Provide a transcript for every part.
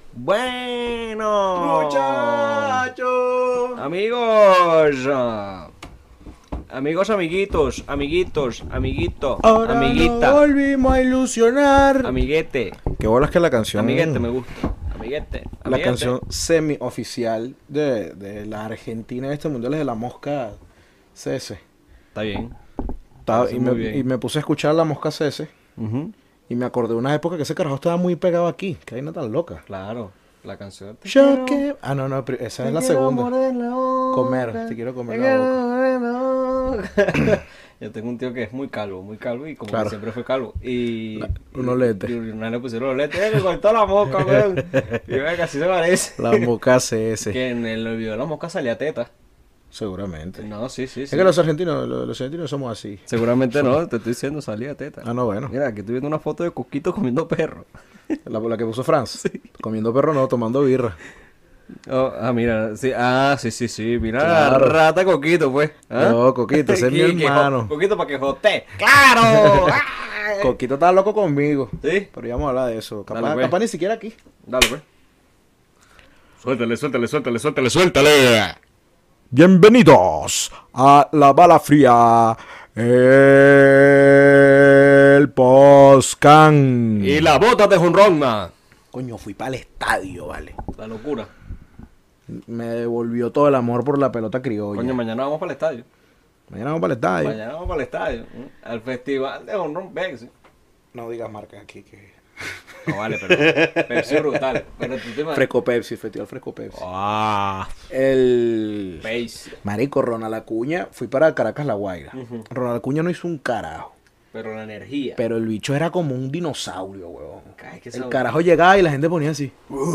Bueno, Muchachos. amigos, amiguito, Ahora amiguita, nos volvimos a ilusionar. amiguete, Qué bola es que la canción. amiguete me gusta, amiguete, La amiguete. canción semi-oficial de la Argentina en este mundial es de la Mosca CS. Está bien. Estaba- Parece y, muy me, bien. y me puse a escuchar la Mosca CS Ujú. y me acordé de una época que ese carajo estaba muy pegado aquí. Que hay una tan loca. Claro, la canción. Yo que... Ah, no, esa es la segunda. Comer, te quiero comer la boca. Yo tengo un tío que es muy calvo y como Claro. que siempre fue calvo. Y unos lentes. Y una le pusieron los lentes, me cortó la mosca, weón. Y ve que así se parece. La Mosca CS. Que en el video de la mosca salía teta. Seguramente. No, sí. Es que los argentinos somos así. Seguramente no, te estoy diciendo salía teta. Ah, no, bueno. Mira, aquí estoy viendo una foto de Coquito comiendo perro. La que puso Franz. Comiendo perro no, tomando birra. Oh, mira, sí, sí, mira Claro. la rata Coquito, pues. ¿Ah? No, Coquito, ese es mi Que hermano. Coquito para que jote. ¡Claro! ¡Ay! Coquito estaba loco conmigo. ¿Sí? Pero ya vamos a hablar de eso. Dale, Capaz, pues. capaz ni siquiera aquí. Dale, pues. Suéltale. Bienvenidos a La Bala Fría, el Poscan. Y la bota de jonrón, man. Coño, fui para el estadio, vale. La locura. Me devolvió todo el amor por la pelota criolla. Coño, mañana vamos para el estadio. Mañana vamos para el estadio. Mañana vamos para el estadio. Al festival de jonrón Pepsi. No digas marcas aquí que... No vale, pero Pepsi brutal. Pero tú te imaginas. Fresco Pepsi, Festival Fresco Pepsi. Ah, El... Pepsi. Marico, Ronald Acuña, fui para Caracas, La Guaira. Ujú. Ronald Acuña no hizo un carajo. Pero la energía. Pero el bicho era como un dinosaurio, huevón. Ay, qué El sabor. carajo llegaba y la gente ponía así.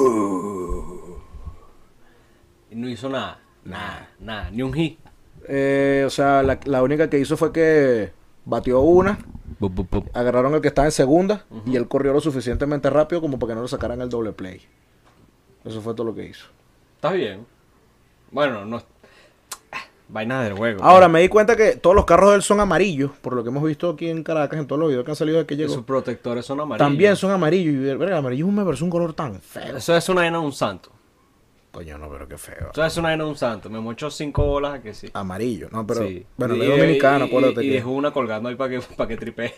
Y no hizo nada. Nada. Ni un hit. O sea, la única que hizo fue que batió una, agarraron el que estaba en segunda y él corrió lo suficientemente rápido como para que no le sacaran el doble play. Eso fue todo lo que hizo. Está bien. Bueno, no. Vaina del juego. Ahora me di cuenta que todos los carros de él son amarillos, por lo que hemos visto aquí en Caracas, en todos los videos que han salido de que Que llegó. sus protectores son amarillos. También son amarillos. Y verga, el amarillo me parece un color tan feo. Eso es una vaina de un santo. Coño, no, pero qué feo. Eso es una vaina de un santo. Me mochó 5 bolas a que sí. Amarillo, no, pero Sí. bueno, Y- de dominicano, acuérdate y que dejó una colgando ahí para que tripee.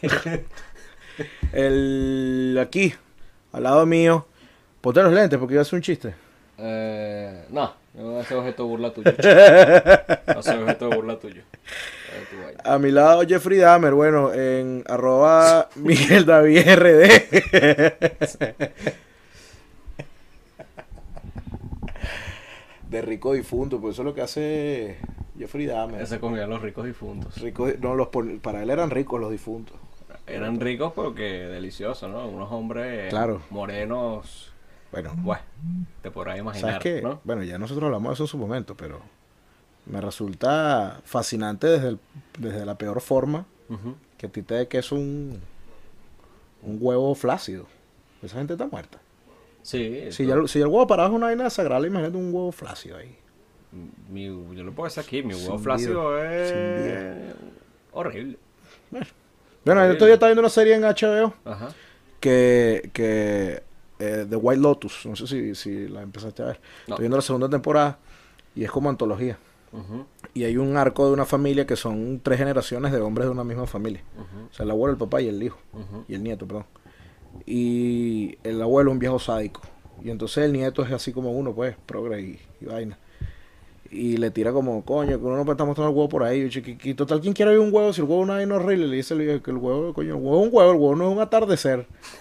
el aquí, al lado mío, ponte los lentes porque iba a hacer un chiste. No, no ese objeto de burla tuyo. No ese objeto de burla tuyo. Tu vaina. A mi lado Jeffrey Dahmer, bueno, en @ Miguel David RD. De rico difunto, pues eso es lo que hace Jeffrey Dahmer. Ese comía los ricos difuntos. Rico, no, para él eran ricos los difuntos. Eran ricos porque deliciosos, ¿no? Unos hombres Claro. morenos. Bueno, Bueno, te podrás imaginar, ¿sabes qué? ¿no? Bueno, ya nosotros hablamos de eso en su momento, pero me resulta fascinante desde la peor forma Ujú. que a ti te dé que es un huevo flácido. Esa gente está muerta. Sí, Si el huevo parado es una vaina sagrada, imagínate un huevo flácido ahí. yo lo puedo decir aquí, mi huevo Sin flácido vida, es sin horrible. Bueno, el otro día estaba viendo una serie en HBO Ajá. que The White Lotus, no sé si la empezaste a ver. No. Estoy viendo la segunda temporada y es como antología. Ujú, Y hay un arco de una familia que son 3 generaciones de hombres de una misma familia. ujú, O sea, el abuelo, el papá y el hijo. ujú. Y el nieto, perdón. Y el abuelo es un viejo sádico. Y entonces el nieto es así como uno, pues, progre y vaina. Y le tira como, coño, que uno no puede estar mostrando el huevo por ahí. Y total, ¿quién quiere ver un huevo? Si el huevo no es horrible, le dice el viejo que el huevo, coño, el huevo es un huevo, el huevo no es un atardecer.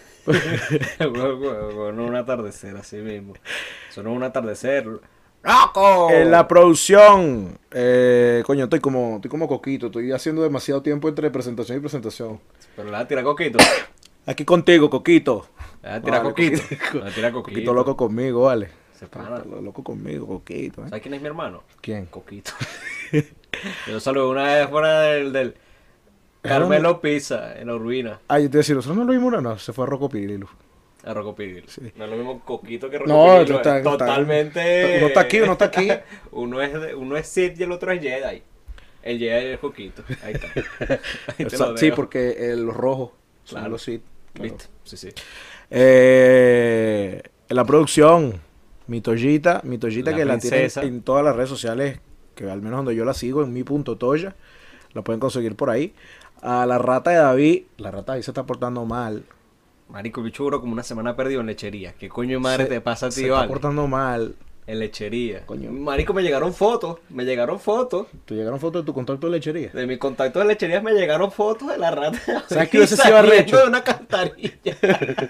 Huevo, no es un atardecer, así mismo. Eso no es un atardecer. ¡Loco! En la producción, coño, estoy como coquito, estoy haciendo demasiado tiempo entre presentación y presentación. Pero le vas a tirar coquito. Aquí contigo, coquito. Le vas a tirar Vale, coquito. Coquito. Le vas a tirar coquito. Coquito loco conmigo, vale. Se para. Loco conmigo, coquito, ¿Sabes quién es mi hermano? ¿Quién? Coquito. Yo saludé una vez fuera del Carmelo Pizza, en la Urbina. Ah, yo te decía, nosotros no lo vimos, no, se fue a Rocco Pirilu. A Rocco Pigil. Sí. No es lo mismo Coquito que Rocco No, Pigil, está- es totalmente... Uno está aquí, uno está aquí. uno es Sith y el otro es Jedi. El Jedi es Coquito. Ahí está. Ahí te lo Sí, dejo. porque los rojos son Claro. los Sith. Claro. ¿Viste? Sí, sí. En la producción, mi Toyita La que la tienen princesa. en todas las redes sociales, que al menos donde yo la sigo, en mi.toya, la pueden conseguir por ahí. A la rata de David, la rata de David se está portando mal. Marico, el bicho duró como una semana perdido en lechería. ¿Qué coño de madre Se- te pasa a se ti, está vale? portando mal. En lechería. Coño. Marico, me llegaron fotos. ¿Te llegaron fotos de tu contacto de lechería? De mi contacto de lecherías me llegaron fotos de la rata. ¿Sabes qué hubiese sido arrecho? de una cantarilla.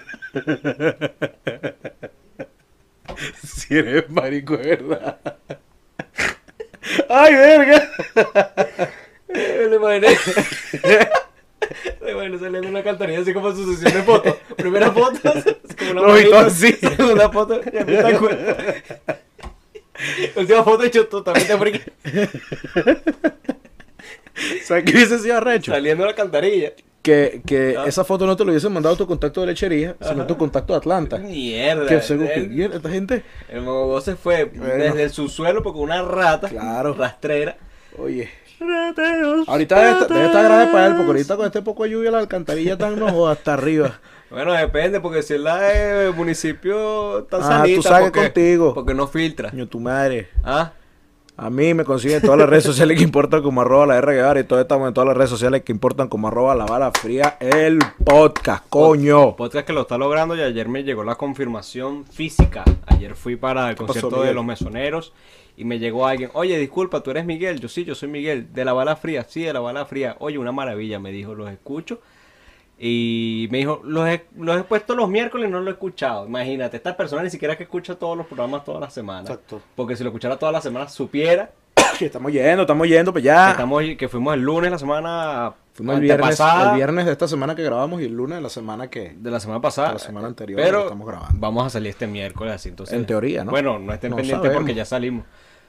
Si eres marico, es verdad. ¡Ay, verga! Le imaginé. Le imaginé saliendo de una cantarilla así como sucesión de fotos. Primera foto, así como una Lo hizo manito. así. Segunda foto, ya me está cuenta. Última foto hecho totalmente friki. ¿Sabes qué hubiese sido arrecho? Saliendo de la cantarilla. Que Ah. esa foto no te lo hubiesen mandado tu contacto de lechería, sino Ajá. tu contacto de Atlanta. Mierda. Que según que El- mierda, esta gente. El mogo se fue Bueno. desde el subsuelo porque una rata Claro. rastrera. Oye, ahorita debe estar grave para él, porque ahorita con este poco de lluvia la alcantarilla está no, hasta arriba. Bueno, depende, porque si es la de municipio tan Ah, sanita, tú sabes porque, contigo. porque no filtra. Coño, tu madre. ¿Ah? A mí me consiguen en todas las redes sociales que importan como @ la R Guevara y todos estamos en todas las redes sociales que importan como @ la bala fría el podcast, coño. Podcast que lo está logrando y ayer me llegó la confirmación física. Ayer fui para el pasó, concierto de Miguel? los mesoneros y me llegó alguien. Oye, disculpa, ¿tú eres Miguel? Yo sí, yo soy Miguel. ¿De la bala fría? Sí, de la bala fría. Oye, una maravilla, me dijo, los escucho. Y me dijo, los he puesto los miércoles y no lo he escuchado. Imagínate, esta persona ni siquiera que escucha todos los programas todas las semanas. Exacto. Porque si lo escuchara todas las semanas, supiera Que estamos yendo, pues que, ya. que fuimos el lunes la semana Fuimos antepasada, el viernes de esta semana que grabamos y el lunes de la semana que... de la semana pasada. de la semana anterior Pero que estamos grabando. vamos a salir este miércoles así, entonces. En teoría, ¿no? Bueno, no estén No pendientes sabemos. porque ya salimos.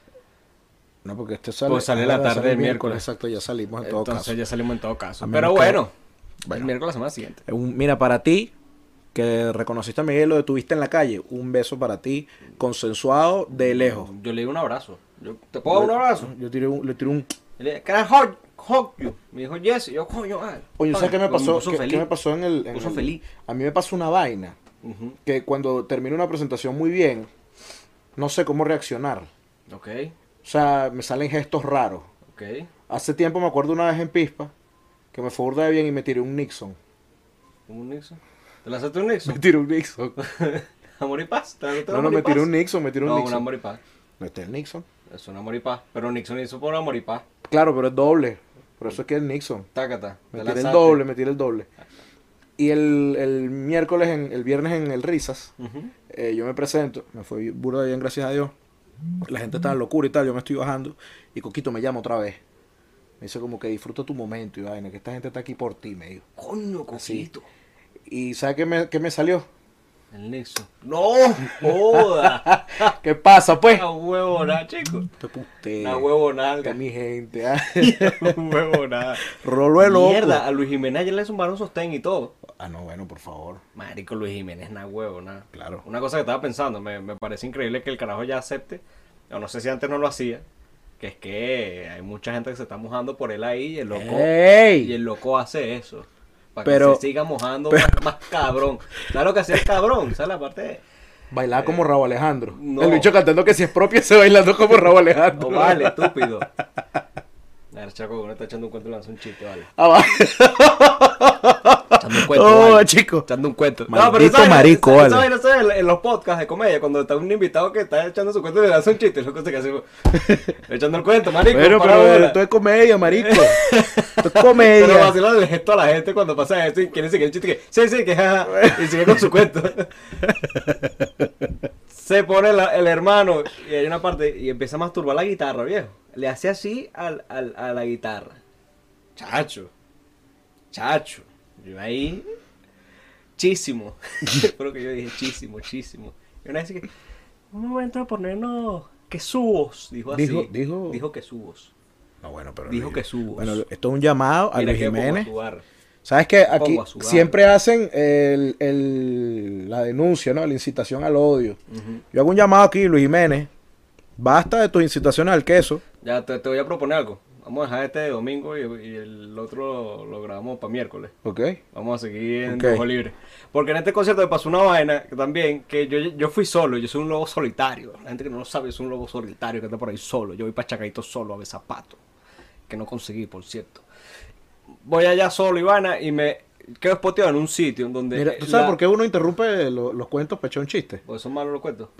No, porque este sale... Pues sale la sale tarde del el miércoles. Exacto, ya salimos en todo Entonces caso. ya salimos en todo caso. A menos Pero que- bueno, Bueno. el miércoles la semana siguiente. Mira, para ti, que reconociste a Miguel, lo detuviste en la calle, un beso para ti, consensuado de lejos. Yo le di un abrazo. ¿Te puedo dar un abrazo? Yo le tiré un... Y le dije, can I hug you? Me dijo, yes. Y yo, coño, ay. Oye, ¿sabes qué me pasó? puso ¿Qué feliz. me pasó en el... Me puso feliz. A mí me pasó una vaina, Ujú. que cuando termino una presentación muy bien, no sé cómo reaccionar. Ok, O sea, me salen gestos raros. ok. Hace tiempo me acuerdo una vez en Pispa, que me fue burda de bien y me tiré un Nixon. ¿Cómo un Nixon? ¿Te lanzaste un Nixon? Me tiré un Nixon. ¿Amor y paz? ¿Te lanzaste No, amor y me tiré paz? un Nixon, me tiré un No, un Nixon. amor y paz. No, este es el Nixon. Es un amor y paz. Pero Nixon hizo por amor y paz. Claro, pero es doble. Por eso es que es el Nixon. Tácata. Me te tiré el lanzaste. doble, me tiré el doble. Y el miércoles, el viernes en el Risas, Ujú. yo me presento, me fue burda de bien, gracias a Dios. La gente está en locura y tal, yo me estoy bajando y Coquito me llama otra vez. Me dice como que disfruta tu momento y vaina, que esta gente está aquí por ti, me dijo. Coño, Así. coquito. ¿Y ¿sabe qué me salió? El Nixon. ¡No! ¡Joda! ¿Qué pasa, pues? Una huevona, chico. Te puté. Una huevonalga. Que mi gente. Un huevonada. Roló el loco. Mierda, a Luis Jiménez ayer le zumbaron sostén y todo. Ah, no, bueno, por favor. Marico, Luis Jiménez, una huevona. Claro. Una cosa que estaba pensando, me parece increíble que el carajo ya acepte, o no sé si antes no lo hacía, que es que hay mucha gente que se está mojando por él ahí y el loco, ¡Ey! y el loco hace eso. Para Pero- que se siga mojando más cabrón. ¿Sabes lo que hacía el cabrón? ¿Sabes la parte de... Bailaba como Raúl Alejandro. no. El bicho cantando que si es propio se bailando como Raúl Alejandro. No vale, estúpido. A ver, Chaco, uno está echando un cuento y lanza un chiste, vale. Ah, va. Echando un cuento, Oh, vale. chico. Echando un cuento. Maldito esa vaina- marico, esa vale. vaina se ve en los podcasts de comedia, cuando está un invitado que está echando su cuento y le lanza un chiste, es lo que se hace. Echando el cuento, marico. Bueno, para pero bola. esto es comedia, marico. Esto es Pero comedia. vacila el gesto a la gente cuando pasa esto y quiere seguir el chiste que sí, que jaja, y sigue con su cuento. Se pone el hermano y hay una parte y empieza a masturbar la guitarra, viejo. Le hace así a la guitarra. Chacho. Yo ahí. Chísimo. Creo que yo dije chísimo. Y una vez que. Un momento a ponernos que subos. Dijo así. Dijo- que subos. No, bueno, pero Dijo que subos. Bueno, esto es un llamado a Mira Luis que pongo a Jiménez. sudar. ¿Sabes qué? Aquí Pongo a sudar. siempre hacen la denuncia, ¿no? La incitación al odio. Ujú. Yo hago un llamado aquí, Luis Jiménez. Basta de tus incitaciones al queso. Ya te voy a proponer algo. Vamos a dejar este de domingo y el otro lo grabamos para miércoles. Ok. Vamos a seguir en Ok. Dibujo Libre. Porque en este concierto me pasó una vaina que también, que yo fui solo, yo soy un lobo solitario. La gente que no lo sabe, yo soy un lobo solitario que está por ahí solo. Yo voy para Chacaito solo a ver zapatos, que no conseguí, por cierto. Voy allá solo, Ivana, y me quedo espoteado en un sitio en donde... Mira, ¿tú sabes por qué uno interrumpe los cuentos para echar un chiste? Porque son malos los cuentos.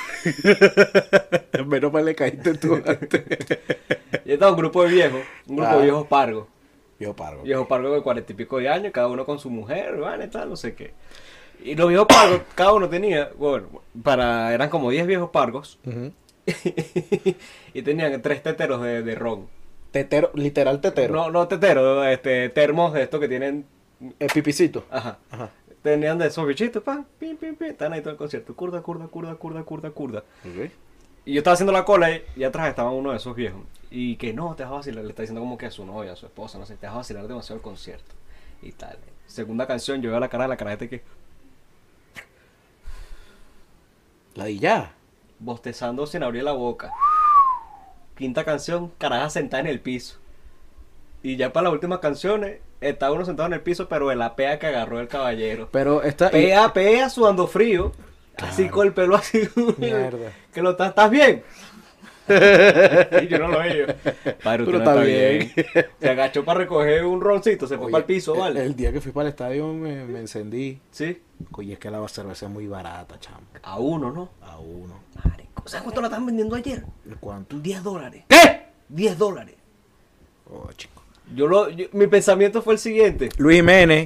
Menos mal le caíste tú antes. Y estaba un grupo de viejos, un grupo de viejos pargos. Yo paro. Viejos pargos de 40 y pico de años, cada uno con su mujer, Ivana y tal, no sé qué. Y los viejos pargos, cada uno tenía, bueno, eran como 10 viejos pargos. Ujú. Y tenían 3 teteros de ron. Tetero, literal tetero. No teteros, termos de estos que tienen. El pipicito. Ajá. Ajá. Tenían de esos bichitos, pam, pim, pim, pim. Están ahí todo el concierto. Curda. Ok. Y yo estaba haciendo la cola y atrás estaba uno de esos viejos. Y que no, te vas a vacilar. Le está diciendo como que a su novia, a su esposa, no sé, te vas a vacilar demasiado el concierto. Y tal. Segunda canción, yo veo la cara de la carajeta que La di ya. bostezando sin abrir la boca. Quinta canción, caraja sentada en el piso. Y ya para las últimas canciones, está uno sentado en el piso, pero de la pea que agarró el caballero. Pero esta. Pea, sudando frío. Así Claro. con el pelo así. Mierda. Que ¿estás bien? Y yo no lo veo. Padre, usted Pero no está bien. Se agachó para recoger un roncito, se fue Oye, para el piso, ¿vale? El día que fui para el estadio me encendí. Sí. Oye, es que la cerveza es muy barata, chamo. A uno, ¿no? A uno. Marico. ¿Sabes cuánto la están vendiendo ayer? ¿Cuánto? $10. ¿Qué? $10. Oh, chico. Mi pensamiento fue el siguiente. Luis Jiménez.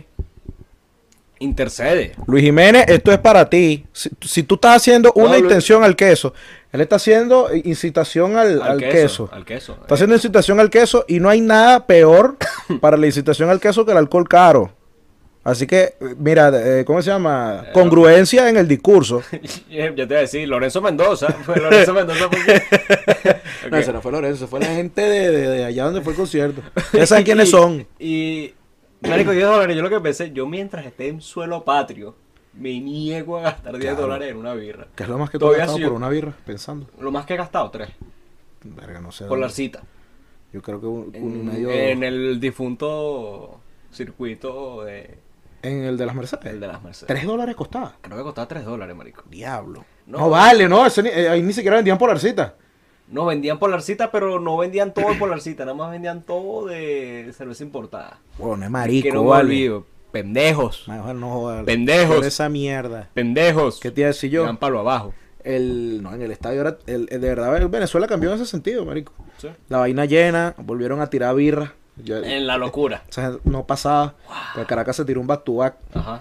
Intercede. Luis Jiménez, esto es para ti. Si tú estás haciendo una Luis- intención al queso, él está haciendo incitación al queso. Al queso. Está haciendo incitación al queso y no hay nada peor para la incitación al queso que el alcohol caro. Así que, mira, ¿cómo se llama? Congruencia en el discurso. Yo te iba a decir, Lorenzo Mendoza. Fue Lorenzo Mendoza porque... No, ese no fue Lorenzo, fue la gente de allá donde fue el concierto. Ya saben quiénes son. Y, marico, $10. Yo lo que pensé, yo mientras esté en suelo patrio, me niego a gastar $10 en una birra. ¿Qué es lo más que tú has Todavía gastado sí por yo- una birra? Pensando. Lo más que he gastado, 3. Verga, no sé. Por la dónde. cita. Yo creo que un y medio. En el difunto circuito de... En el de las Mercedes. El de las Mercedes. $3 costaba. Creo que costaba $3, marico. Diablo. No. No, vale, no. Ahí ni siquiera vendían polarcita. No vendían polarcita, pero no vendían todo de polarcita, nada más vendían todo de cerveza importada. Bueno, es Que marico, no me vale. olvido. Pendejos. Mejor no jodas. Pendejos. Por esa mierda. Pendejos. ¿Qué te iba a decir yo? Dan palo abajo. No, en el estadio era. De verdad, Venezuela cambió en ese sentido, marico. Sí. La vaina llena, volvieron a tirar birra. En la locura. O sea, no pasaba. Pues Caracas se tiró un back to back Ajá.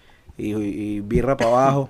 y birra para abajo.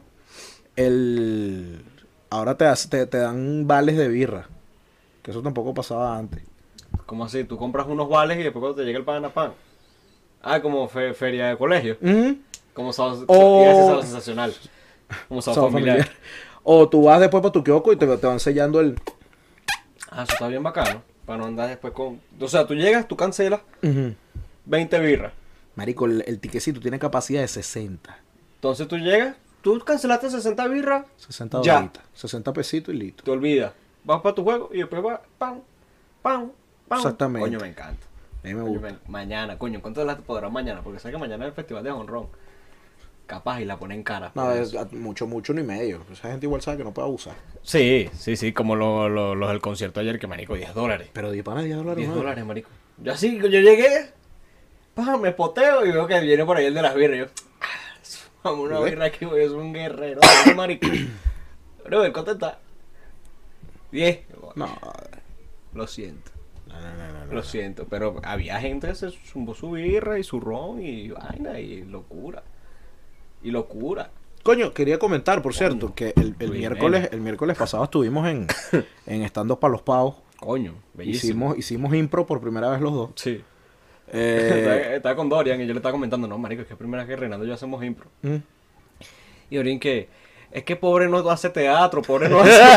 Ahora te dan vales de birra. Que eso tampoco pasaba antes. ¿Cómo así? Tú compras unos vales y después cuando te llega el pan a pan. Ah, como feria de colegio. Ujú. Como sábado, O- iba a decir sábado sensacional. Como sábado Sábado familiar. familiar. O tú vas después para tu kiosco y te van sellando el. Ah, eso está bien bacano. Para no andar después con... O sea, tú llegas, tú cancelas Ujú. 20 birras. Marico, el tiquecito tiene capacidad de 60. Entonces tú llegas, tú cancelaste 60 birras, 60 Ya. dolaritas. 60 pesitos y listo. te olvidas. Vas para tu juego y después vas, pam, pam, pam. Exactamente. Coño, me encanta. A mí me Coño, gusta. mañana, coño, ¿cuánto las podrán mañana? Porque sé que mañana es el festival de Honrón. Capaz y la ponen cara. No, por es eso. mucho ni medio. Esa gente igual sabe que no puede abusar. Sí, como los del concierto ayer, que marico, $10. Pero di para $10. $10, marico. Yo así, yo llegué, me poteo y veo que viene por ahí el de las birras. Y yo, vamos, una ¿Ves? birra aquí, güey, es un guerrero, marico. Pero, ¿cuánto está? 10. No, Lo siento. no. Lo siento, pero había gente que se zumbó su birra y su ron y vaina y locura. Y locura. Coño, quería comentar, por cierto, que el Luis miércoles pasado estuvimos en Estando para los Pavos. Coño, bellísimo. Hicimos impro por primera vez los dos. Sí. Eh, Estaba con Dorian y yo le estaba comentando, no, marico, es que es primera vez que Renando y yo hacemos impro. mm. Y Dorian que, es que pobre no hace teatro, pobre no hace...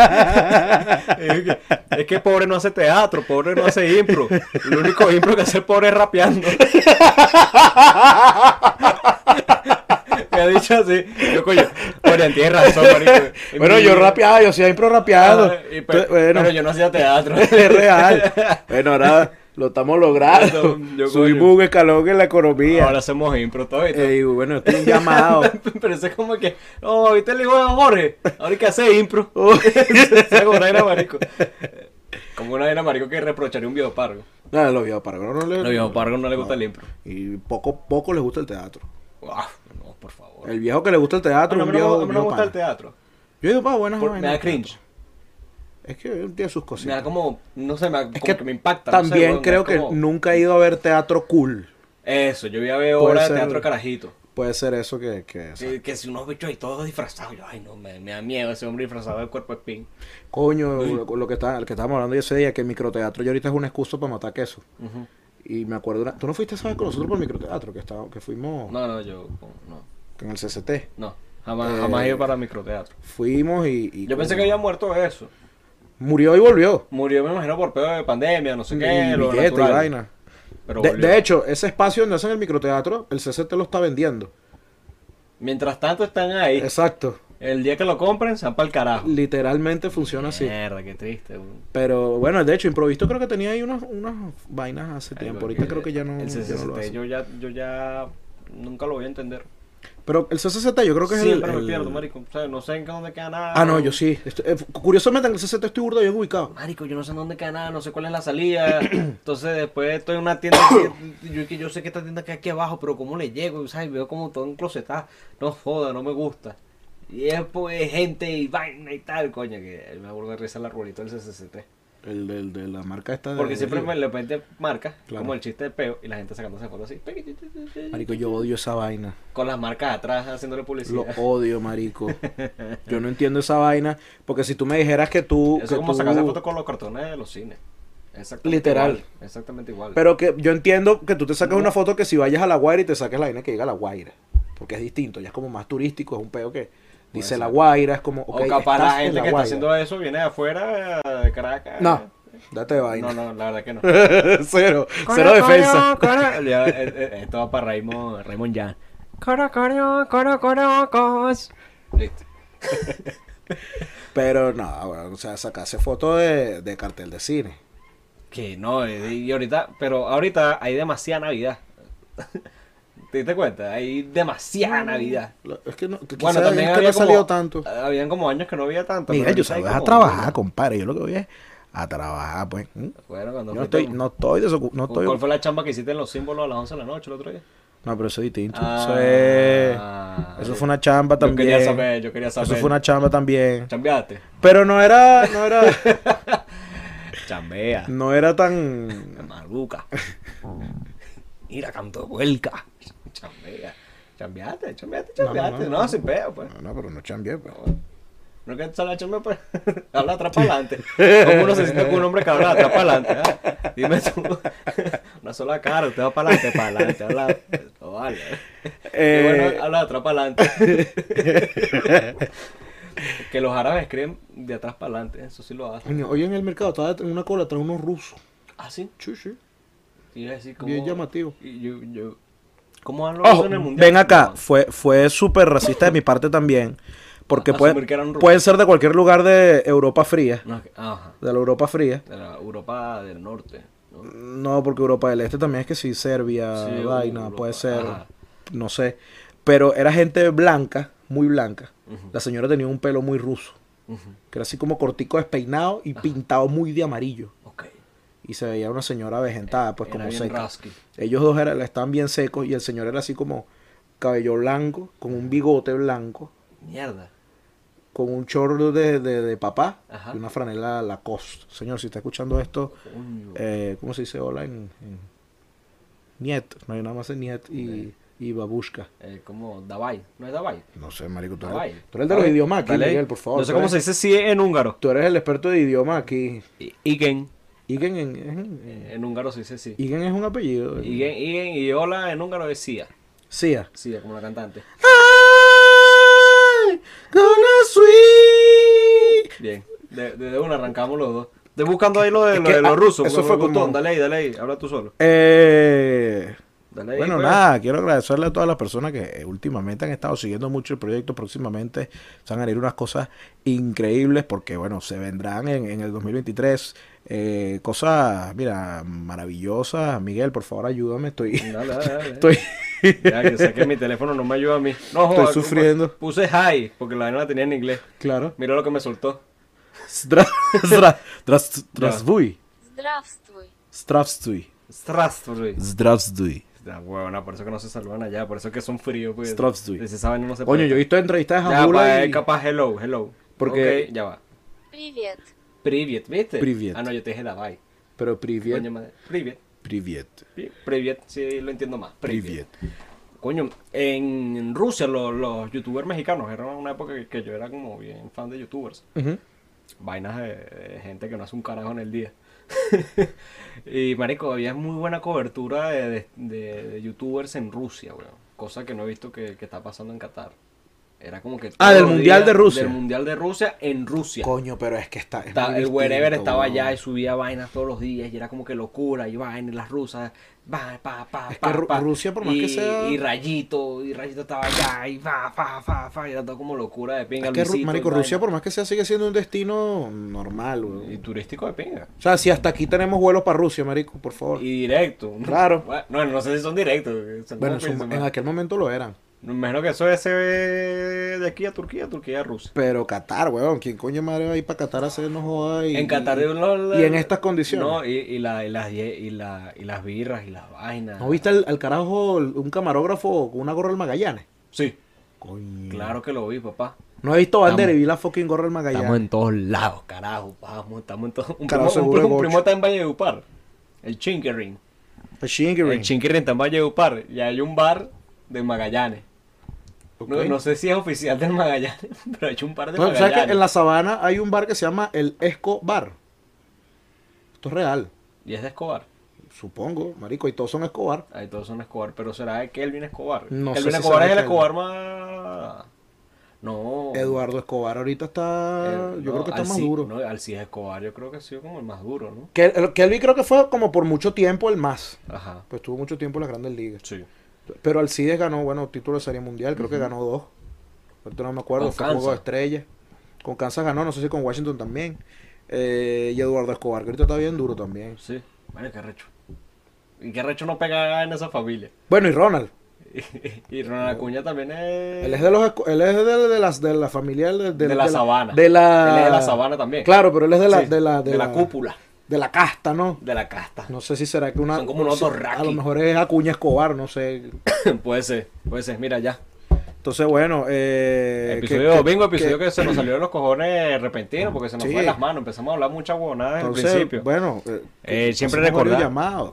es que pobre no hace teatro, pobre no hace impro. El único impro que hace el pobre es rapeando. Me dicho así. Yo, coño, Orián, tienes razón, marico. Bueno, yo rapeaba, yo siempre rapeado. Bueno, Pero yo no hacía teatro. es real. Bueno, ahora lo estamos logrando. Yo, Subimos coño. un escalón en la economía. Ahora hacemos impro todavía. Y bueno, estoy un llamado. Pero eso es como que, oh, ¿viste el hijo de Jorge? Ahora hay que hacer impro. Uy. Se hace una vaina, marico. Como una vaina, marico, que reprocharía un viejo pargo. No, a los viejos pargos no A los viejos pargos no les gusta el impro. Y poco les gusta el teatro. Ah, no, por favor. El viejo que le gusta el teatro Bueno, es un a mí viejo, no me viejo gusta el pana. teatro. Yo digo, pa, buenas Me vainas. da cringe. Es que él tiene sus Me cositas. da como, no sé, Es como que que me impacta. no sé, también weón, creo es que como- nunca he ido a ver teatro cool. Eso, yo voy a ver Puede obras de ser- teatro carajito. Puede ser eso que Que si unos bichos ahí todos disfrazados, yo, ay no, me da miedo ese hombre disfrazado del cuerpo de Pin. coño, lo que estábamos hablando ese día, que el microteatro ya ahorita es una excusa para matar queso. Ujú. Y me acuerdo, tú no fuiste, ¿sabes? Con nosotros por el microteatro, que fuimos No, yo, no, en el CCT. no, jamás he ido para microteatro. Fuimos y Yo pensé que había muerto de eso. murió y volvió. Murió, me imagino, por pedo de pandemia, no sé Y qué, lo billete y natural. vaina. Pero De, volvió. de hecho, ese espacio donde hacen el microteatro, el CCT lo está vendiendo. Mientras tanto están ahí. Exacto. El día que lo compren, se van para el carajo. Literalmente funciona así. Mierda, qué triste. weón. Pero bueno, de hecho, Improvisto creo que tenía ahí unas vainas hace Ay, tiempo. porque Ahorita creo que ya no. El ya no lo CCCT hace. yo ya nunca lo voy a entender. Pero el CCT yo creo que es Siempre el. me pierdo, marico. O sea, no sé en dónde queda nada. Ah, no, yo sí. Curiosamente en el CCT estoy burda bien ubicado. Marico, yo no sé en dónde queda nada, no sé cuál es la salida. Entonces después estoy en una tienda que yo sé que esta tienda queda aquí abajo, pero cómo le llego, ¿sabes? Veo como todo enclosetado. No joda, no me gusta. Y es pues gente y vaina y tal, coño, que me acuerdo de risa el arbolito del CCCT. El de la marca esta de. Porque siempre de- me le mete marcas, Claro. como el chiste de peo, y la gente sacándose fotos así. Marico, yo odio esa vaina. Con las marcas atrás haciéndole Lo publicidad. odio, marico. Yo no entiendo esa vaina. Porque si tú me dijeras que tú. Eso que es como tú- sacarse fotos con los cartones de los cines. Exactamente Literal. igual, exactamente igual. Pero que yo entiendo que tú te saques No. una foto que si vayas a La Guaira y te saques la vaina que diga La Guaira. Porque es distinto, ya es como más turístico, es un peo que dice ser. La Guaira, es como. ok, o capaz estás la en gente La que está Guaira. haciendo eso viene de afuera, de Caracas. No, date de vaina. No, la verdad que no. Cero defensa. Ya, esto va para Raymond Jan. Listo. Pero no, bueno, o sea, sacarse fotos de cartel de cine. Que no, y ahorita, pero ahorita hay demasiada Navidad. ¿Te diste cuenta? Hay demasiada Navidad. Es que no, que Bueno, quizás también es que no había ha salido como, tanto. habían como años que no había tanto. Miguel, pero yo ahorita hay salgo a como- trabajar, compadre. Yo lo que voy es a trabajar, pues. Bueno, cuando Yo no fuiste- estoy, no estoy desocupado. No estoy. ¿Cuál fue la chamba que hiciste en los símbolos a las 11 de la noche el otro día? No, pero eso es distinto. Ah, Eso fue una chamba también. Yo quería saber. Eso fue una chamba también. ¿Chambeaste? Pero no era Chambea. no era tan. Maluca. Mira, canto vuelca. Chambea. Chambeaste. No, sin peo, pues. No, pero no chambeé, pues. No es que sale a chambear, pues. Habla atrás para adelante. ¿Cómo uno se siente con un hombre que habla atrás para adelante? ¿Ah? Dime tú. Una sola cara, usted va para adelante, habla. No vale. Qué bueno, habla de atrás para adelante. Que los árabes escriben de atrás para adelante, eso sí lo hacen. Coño, hoy en el mercado estaba en una cola trae unos rusos. ¿Ah, sí? Sí, sí. Y yo decía, Bien llamativo. Y yo, ¿cómo van los rusos Ojo, en el mundial? ven acá, No, fue súper racista de mi parte también. Porque Asumir que eran rusos. pueden ser de cualquier lugar de Europa fría. no, ajá, De la Europa fría. de la Europa del Norte, ¿no? No, porque Europa del Este también es que sí, Serbia, Sí, vaina, Europa, puede ser. ajá. No sé. Pero era gente blanca, muy blanca. Ujú. La señora tenía un pelo muy ruso. Ujú. Que era así como cortico despeinado y pintado muy de amarillo. Ok. Y se veía una señora avejentada, pues Era como bien seca. rasky. Ellos dos estaban bien secos y el señor era así como cabello blanco, con un bigote blanco, Mierda. con un chorro de papá Ajá. y una franela Lacoste. Señor, si está escuchando esto, Coño. ¿cómo se dice hola en Niet? No hay nada más en Niet y Babushka. Como Davai. ¿No es Davai? No sé, marico, tú Davai. eres de los idiomas aquí, Dale ahí. Miguel, por favor. No sé tú cómo eres- se dice sí en húngaro. Tú eres el experto de idioma aquí. Igen. Igen En húngaro se dice sí. Igen es un apellido. Igen y hola en húngaro es Sia. Sia. Sia, como la cantante. Ay, gonna sweet. Bien. De una arrancamos los dos. Estoy buscando ahí lo de, Es lo que, de los rusos. eso porque fue me gustó. como- Dale ahí. Habla tú solo. Dale ahí, Bueno, pues. nada, quiero agradecerle a todas las personas que últimamente han estado siguiendo mucho el proyecto. Próximamente se van a venir unas cosas increíbles porque, bueno, se vendrán en el 2023 cosas, mira, maravillosas. Miguel, por favor, ayúdame. Dale. Estoy, Ya, que sé que mi teléfono no me ayuda a mí. No, estoy joda, sufriendo. puse hi, porque la vaina la tenía en inglés. Claro. Mira lo que me soltó. Здравствуй. Здравствуй. Здравствуй. Strasbourg. Здравствуй. Da huevona, por eso que no se saludan allá, por eso que son fríos, pues. Strasbourg. Si esa vaina no se Coño, puede. yo he visto entrevistas de Ya, Jambula va, y... capaz hello. Porque- Ok, ya va. Привет. Privet, ¿viste? Privet. Ah, no, yo te dije davai. Pero Coño, Privet. madre. Privet. Privet. Privet, sí lo entiendo más. Privet. Coño, en Rusia los youtubers mexicanos, era una época que yo era como bien fan de youtubers. Ujú. Vainas de gente que no hace un carajo en el día. Y marico, había muy buena cobertura de youtubers en Rusia, weón. Cosa que no he visto que está pasando en Qatar. Era como que Ah, todos del los Mundial días de Rusia. Del Mundial de Rusia en Rusia. Coño, pero es que está... es muy El wherever distinto, estaba weón. allá y subía vainas todos los días y era como que locura y vainas, y las rusas, va, Es que Rusia, por más que sea- y Rayito estaba allá y y era todo como locura de pinga. Es que, Luisito, marico, y Rusia, vaina. por más que sea, sigue siendo un destino normal, Y weón. turístico de pinga. O sea, si hasta aquí tenemos vuelos para Rusia, marico, por favor. Y directo. Claro. Bueno, no sé si son directos. Son Bueno, como que- en aquel momento lo eran. Me imagino que eso es de aquí a Turquía a Rusia. Pero Qatar, weón, ¿quién coño madre va a ir para Qatar a hacernos joda? En Qatar y en estas condiciones. No, y las birras y las vainas. ¿No viste al carajo un camarógrafo con una gorra del Magallanes? Sí, Coño. claro que lo vi, papá. No he visto bandera Estamos- y vi la fucking gorra del Magallanes. Estamos en todos lados, carajo. Estamos en todos. Carajo, seguro de Un primo gocho. está en Valledupar. El Chinkering. El Shingering. El Chinkering está en Valledupar. Y hay un bar de Magallanes. Ok. No sé si es oficial del Magallanes, pero hay un par de No, ¿sabes Magallanes. que en la sabana hay un bar que se llama el Esco Bar? Esto es real. Y es de Escobar. Supongo, marico, y todos son Escobar. Ahí todos son Escobar, pero ¿será de Kelvin Escobar? No Kelvin sé si Escobar será es el Kelvin. Escobar más... No. Eduardo Escobar ahorita está, yo creo que está más duro. No, Alcides Escobar yo creo que ha sido como el más duro, ¿no? Kelvin creo que fue como por mucho tiempo el más. Ajá. Pues tuvo mucho tiempo en las grandes ligas. Sí. Pero Alcides ganó, bueno, título de Serie Mundial, creo que ganó 2. Ahorita no me acuerdo, Con fue Juego de Kansas. Estrellas. Con Kansas ganó, no sé si con Washington también. Y Eduardo Escobar, que ahorita está bien duro también. Sí. Bueno, qué recho. Y qué recho no pega en esa familia. Bueno, y Ronald. Y Ronald Acuña también es... Él es de los él es de la familia De la sabana. De la Él es de la sabana también. Claro, pero él es de la Sí, de la cúpula. de la casta, ¿no? De la casta. No sé si será que una Son como unos no sé, dorraki. a lo mejor es Acuña Escobar, no sé. Puede ser. Mira ya. Entonces, bueno, Episodio domingo, episodio que se nos salió de los cojones repentino porque se nos Sí. fue de las manos. Empezamos a hablar mucha huevonada desde el entonces, principio. bueno, Siempre hacemos varios recordar. llamados.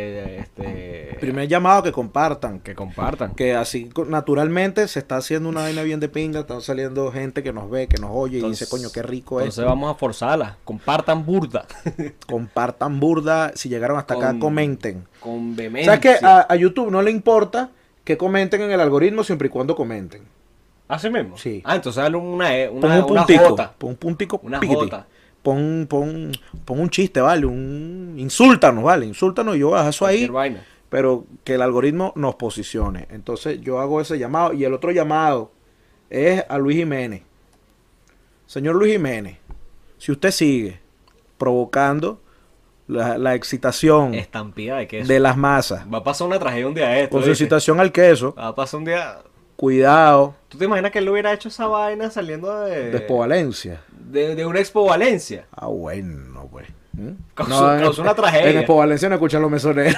Primer Que llamado que compartan. compartan. Que así naturalmente se está haciendo una vaina bien de pinga, están saliendo gente que nos ve, que nos oye y dice, coño, qué rico es. Entonces vamos a forzarla. Compartan burda. Compartan burda, si llegaron hasta acá, Con- comenten. Con vehemencia. ¿Sabes que a YouTube no le importa que comenten en el algoritmo siempre y cuando comenten? ¿Así mismo? Sí. Ah, entonces dale Pon una un puntico, jota. pon un puntico, Una piquiti. jota. Pon un chiste, ¿vale? Insúltanos, ¿vale? Insúltanos y yo bajo eso ahí. Cualquier vaina. Pero que el algoritmo nos posicione. Entonces yo hago ese llamado. Y el otro llamado es a Luis Jiménez. Señor Luis Jiménez, si usted sigue provocando la excitación Estampida de queso. de las masas, Va a pasar una tragedia un día de esto. con su ¿viste? excitación al queso, Va a pasar un día... cuidado, ¿Tú te imaginas que él hubiera hecho esa vaina saliendo de... de Expo Valencia. de una Expo Valencia? Ah, bueno, pues. ¿Mm? Causó una tragedia. En Expo Valencia no escuchan los mesoneros.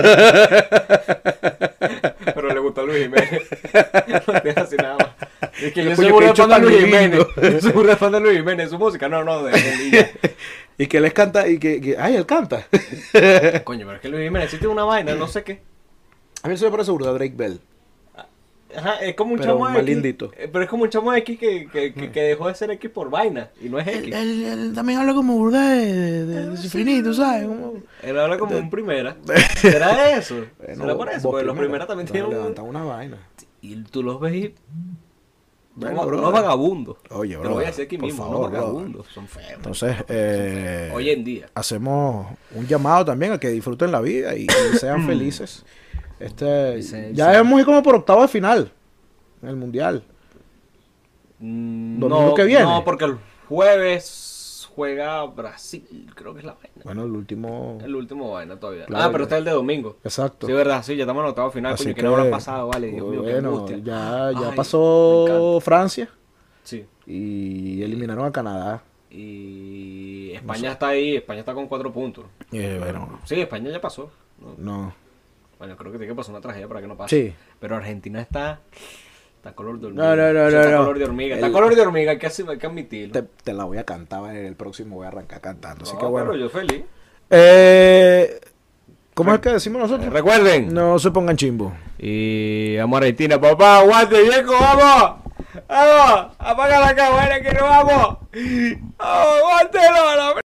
Pero le gustó a Luis Jiménez. No te así nada más. Es que yo Coño, soy qué burda bicho fan de tan Luis Jiménez. lindo. Yo soy burda fan de Luis Jiménez. Su música, no, de él. Y que les canta, y que ay, él canta. Coño, pero es que Luis Jiménez sí tiene una vaina, no sé qué. A mí se me parece burda Drake Bell. Ajá, es como un Pero chamo más X. lindito. Pero es como un chamo X que dejó de ser X por vaina. Y no es X. Él también habla como burda de cifrinito, ¿sabes? Como... Él habla como un primera. ¿Será eso? Bueno, ¿Será por eso? vos Porque los primero. primeras también No, tienen un... levantan una vaina. Y tú los ves y... Bueno, unos brother. vagabundos. Oye, Te bro. lo voy a decir aquí por mismo, favor, unos brother. vagabundos. Son feos. Entonces, Hoy en día. hacemos un llamado también a que disfruten la vida y sean felices. Licencia. Ya debemos ir como por octavo de final en el Mundial. Domingo No, que viene. no, porque el jueves juega Brasil, creo que es la vaina. Bueno, el último... El último vaina todavía. Claro, Pero ya. este es el de domingo. Exacto. Sí, verdad, sí, ya estamos en octavo final, Así coño, que no habrá pasado, vale, Dios mío, qué bueno, angustia. ya Ay, me pasó encanta. Francia Sí. y eliminaron a Canadá. Y España está ahí, España está con 4 puntos. Bueno, Sí, España ya pasó. ¿no? no. Bueno, creo que tiene que pasar una tragedia para que no pase. Sí. Pero Argentina está color de hormiga. No, Sí, está no. color de hormiga. Está color de hormiga, hay que admitirlo. Te la voy a cantar, el próximo voy a arrancar cantando. Así No, que bueno. pero yo feliz. ¿Cómo es que decimos nosotros? Recuerden. No se pongan chimbo. Y vamos a Argentina, papá, aguante, viejo, vamos. Vamos, apaga la cámara que nos vamos. Aguántelo, la